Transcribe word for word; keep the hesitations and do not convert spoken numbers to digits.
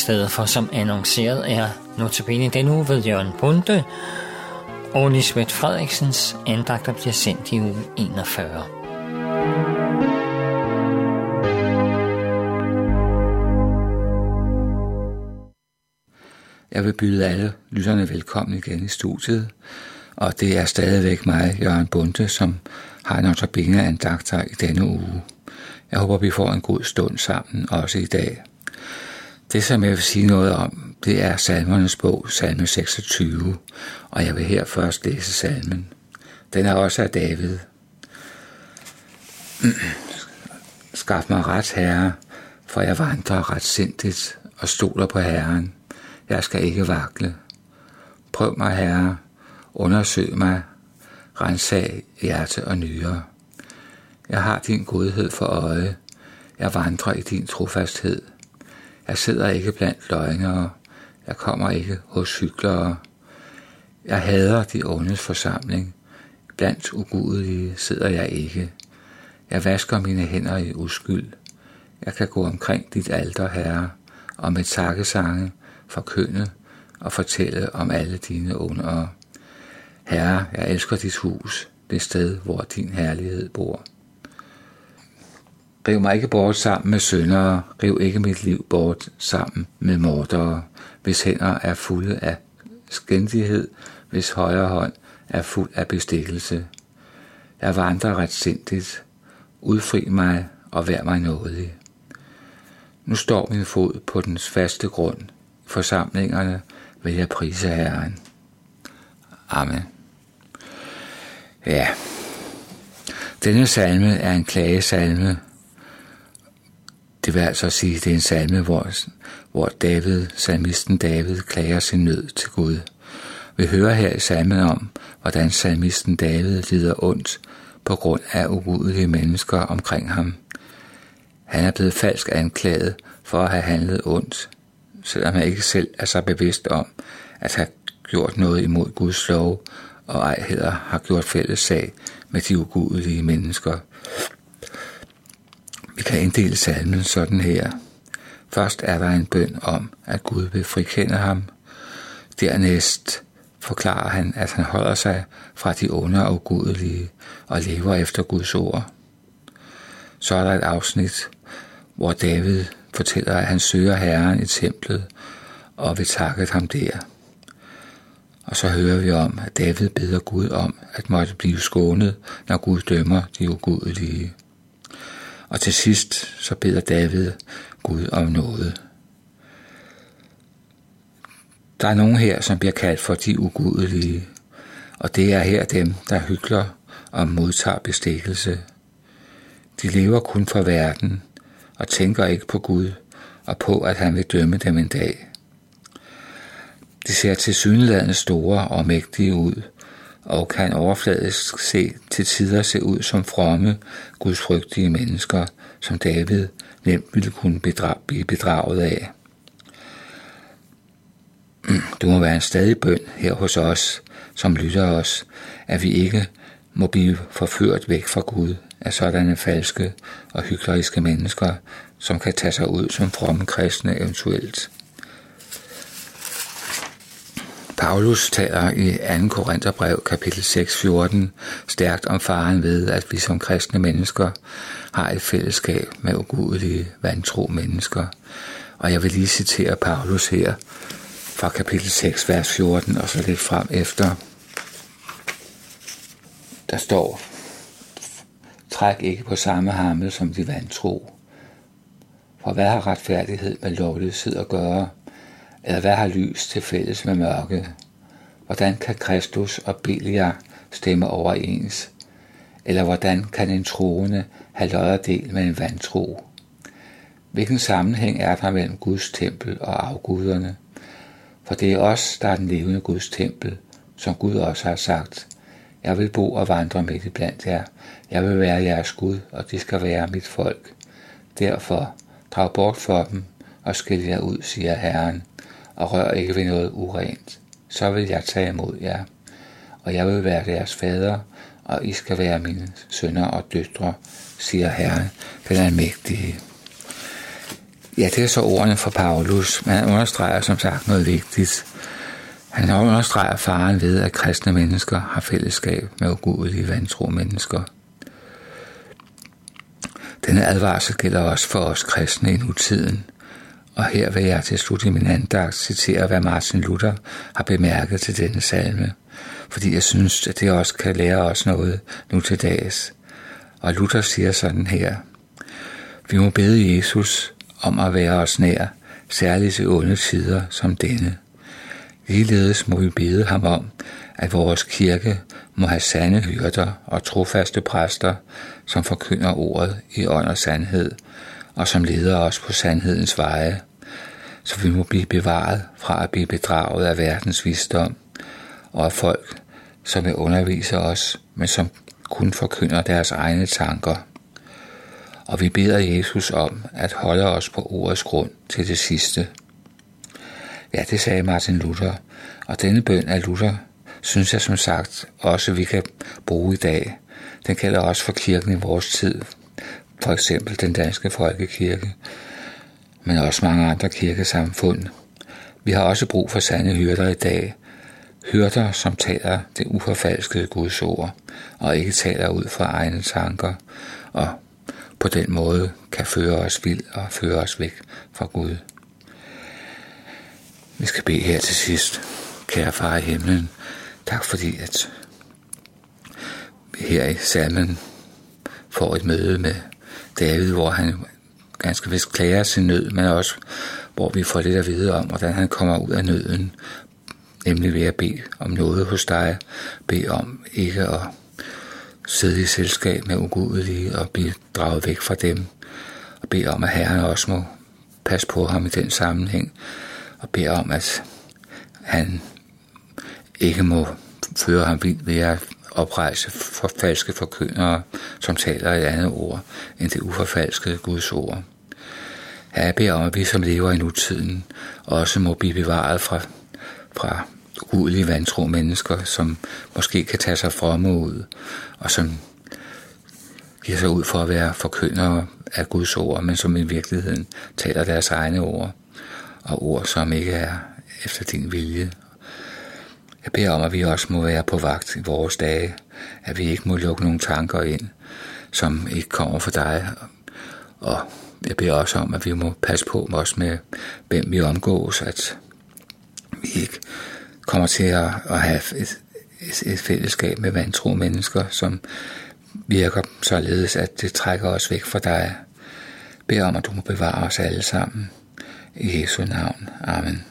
stedet for som annonceret er notabene denne uge ved Jørgen Bonde, og Lisbeth Fredriksens andagter bliver sendt i uge enogfyrre. Jeg vil byde alle lytterne velkommen igen i studiet, og det er stadigvæk mig, Jørgen Bonde, som har notabene andagter i denne uge. Jeg håber, vi får en god stund sammen også i dag. Det, som jeg vil sige noget om, det er salmernes bog, salme seksogtyve, og jeg vil her først læse salmen. Den er også af David. Skaf mig ret, Herre, for jeg vandrer retsindigt og stoler på Herren. Jeg skal ikke vakle. Prøv mig, Herre, undersøg mig, rensag hjerte og nyre. Jeg har din godhed for øje. Jeg vandrer i din trofasthed. Jeg sidder ikke blandt løgnere. Jeg kommer ikke hos hyklere. Jeg hader de ondes forsamling. Blandt ugudelige sidder jeg ikke. Jeg vasker mine hænder i uskyld. Jeg kan gå omkring dit alter, Herre, og med takkesange forkynde og fortælle om alle dine undere. Herre, jeg elsker dit hus, det sted, hvor din herlighed bor. Riv mig ikke bort sammen med syndere, riv ikke mit liv bort sammen med mordere, hvis hænder er fulde af skændighed, hvis højre hånd er fuld af bestikkelse. Jeg vandrer retsindigt, udfri mig og vær mig nådig. Nu står min fod på den faste grund. I forsamlingerne vil jeg prise Herren. Amen. Ja, denne salme er en klagesalme. Det vil altså sige, at det er en salme, hvor, hvor David, salmisten David, klager sin nød til Gud. Vi hører her i salmen om, hvordan salmisten David lider ondt på grund af ugudelige mennesker omkring ham. Han er blevet falsk anklaget for at have handlet ondt, selvom han ikke selv er så bevidst om at have gjort noget imod Guds lov, og ej heller har gjort fælles sag med de ugudelige mennesker. Vi kan inddele salmen sådan her. Først er der en bøn om, at Gud vil frikende ham. Dernæst forklarer han, at han holder sig fra de onde og ugudelige og lever efter Guds ord. Så er der et afsnit, hvor David fortæller, at han søger Herren i templet og vil takke ham der. Og så hører vi om, at David beder Gud om at måtte blive skånet, når Gud dømmer de ugudelige. Og til sidst så beder David Gud om nåde. Der er nogen her, som bliver kaldt for de ugudelige, og det er her dem, der hykler og modtager bestikkelse. De lever kun for verden og tænker ikke på Gud og på, at han vil dømme dem en dag. De ser tilsyneladende store og mægtige ud, og kan overfladisk se til tider se ud som fromme, gudsfrygtige mennesker, som David nemt ville kunne bedra- blive bedraget af. Det må være en stadig bøn her hos os, som lytter os, at vi ikke må blive forført væk fra Gud af sådanne falske og hykleriske mennesker, som kan tage sig ud som fromme kristne eventuelt. Paulus taler i anden Korintherbrev, kapitel seks, fjorten, stærkt om faren ved, at vi som kristne mennesker har et fællesskab med ugudelige, vantro mennesker. Og jeg vil lige citere Paulus her fra kapitel seks, vers fjorten, og så lidt frem efter. Der står: Træk ikke på samme hammel som de vantro. For hvad har retfærdighed med lovløshed at gøre? Eller hvad har lys til fælles med mørke? Hvordan kan Kristus og Beliar stemme overens? Eller hvordan kan en troende have lodderdel med en vantro? Hvilken sammenhæng er der mellem Guds tempel og afguderne? For det er os, der er den levende Guds tempel, som Gud også har sagt: Jeg vil bo og vandre midt i blandt jer. Jeg vil være jeres Gud, og de skal være mit folk. Derfor drag bort for dem og skil jer ud, siger Herren, og rør ikke ved noget urent. Så vil jeg tage imod jer, og jeg vil være deres fader, og I skal være mine sønner og døtre, siger Herren, den almægtige. Ja, det er så ordene fra Paulus, men han understreger som sagt noget vigtigt. Han understreger faren ved, at kristne mennesker har fællesskab med ugudelige vantro mennesker. Denne advarsel gælder også for os kristne i nutiden, og her vil jeg til slut i min andagt citere, hvad Martin Luther har bemærket til denne salme, fordi jeg synes, at det også kan lære os noget nu til dags. Og Luther siger sådan her: vi må bede Jesus om at være os nær, særligt i onde tider som denne. Ligeledes må vi bede ham om, at vores kirke må have sande hyrder og trofaste præster, som forkynder ordet i ånd og sandhed, og som leder os på sandhedens veje, så vi må blive bevaret fra at blive bedraget af verdens visdom, og af folk, som vil undervise os, men som kun forkynder deres egne tanker. Og vi beder Jesus om at holde os på ordets grund til det sidste. Ja, det sagde Martin Luther, og denne bøn af Luther synes jeg som sagt også, vi kan bruge i dag. Den gælder også for kirken i vores tid, for eksempel den danske folkekirke, men også mange andre kirkesamfund. Vi har også brug for sande hyrder i dag. Hyrder, som taler det uforfalskede Guds ord, og ikke taler ud fra egne tanker, og på den måde kan føre os vild og føre os væk fra Gud. Vi skal bede her til sidst. Kære far i himlen, tak fordi at vi her i salmen får et møde med David, hvor han ganske vist klager sin nød, men også hvor vi får lidt at vide om, hvordan han kommer ud af nøden, nemlig ved at bede om noget hos dig, bede om ikke at sidde i selskab med ugudelige og blive draget væk fra dem, og bede om, at Herren også må passe på ham i den sammenhæng, og bede om, at han ikke må føre ham vild ved at oprejse for falske forkyndere, som taler et andet ord end det uforfalskede Guds ord. Herre, jeg beder om, at vi som lever i nutiden også må blive bevaret fra, fra ugudelige vantro mennesker, som måske kan tage sig fromme ud, og som giver sig ud for at være forkyndere af Guds ord, men som i virkeligheden taler deres egne ord, og ord, som ikke er efter din vilje. Jeg beder om, at vi også må være på vagt i vores dage, at vi ikke må lukke nogle tanker ind, som ikke kommer fra dig. Og jeg beder også om, at vi må passe på os med, hvem vi omgås, at vi ikke kommer til at, at have et, et, et fællesskab med vantro mennesker, som virker således, at det trækker os væk fra dig. Jeg beder om, at du må bevare os alle sammen. I Jesu navn. Amen.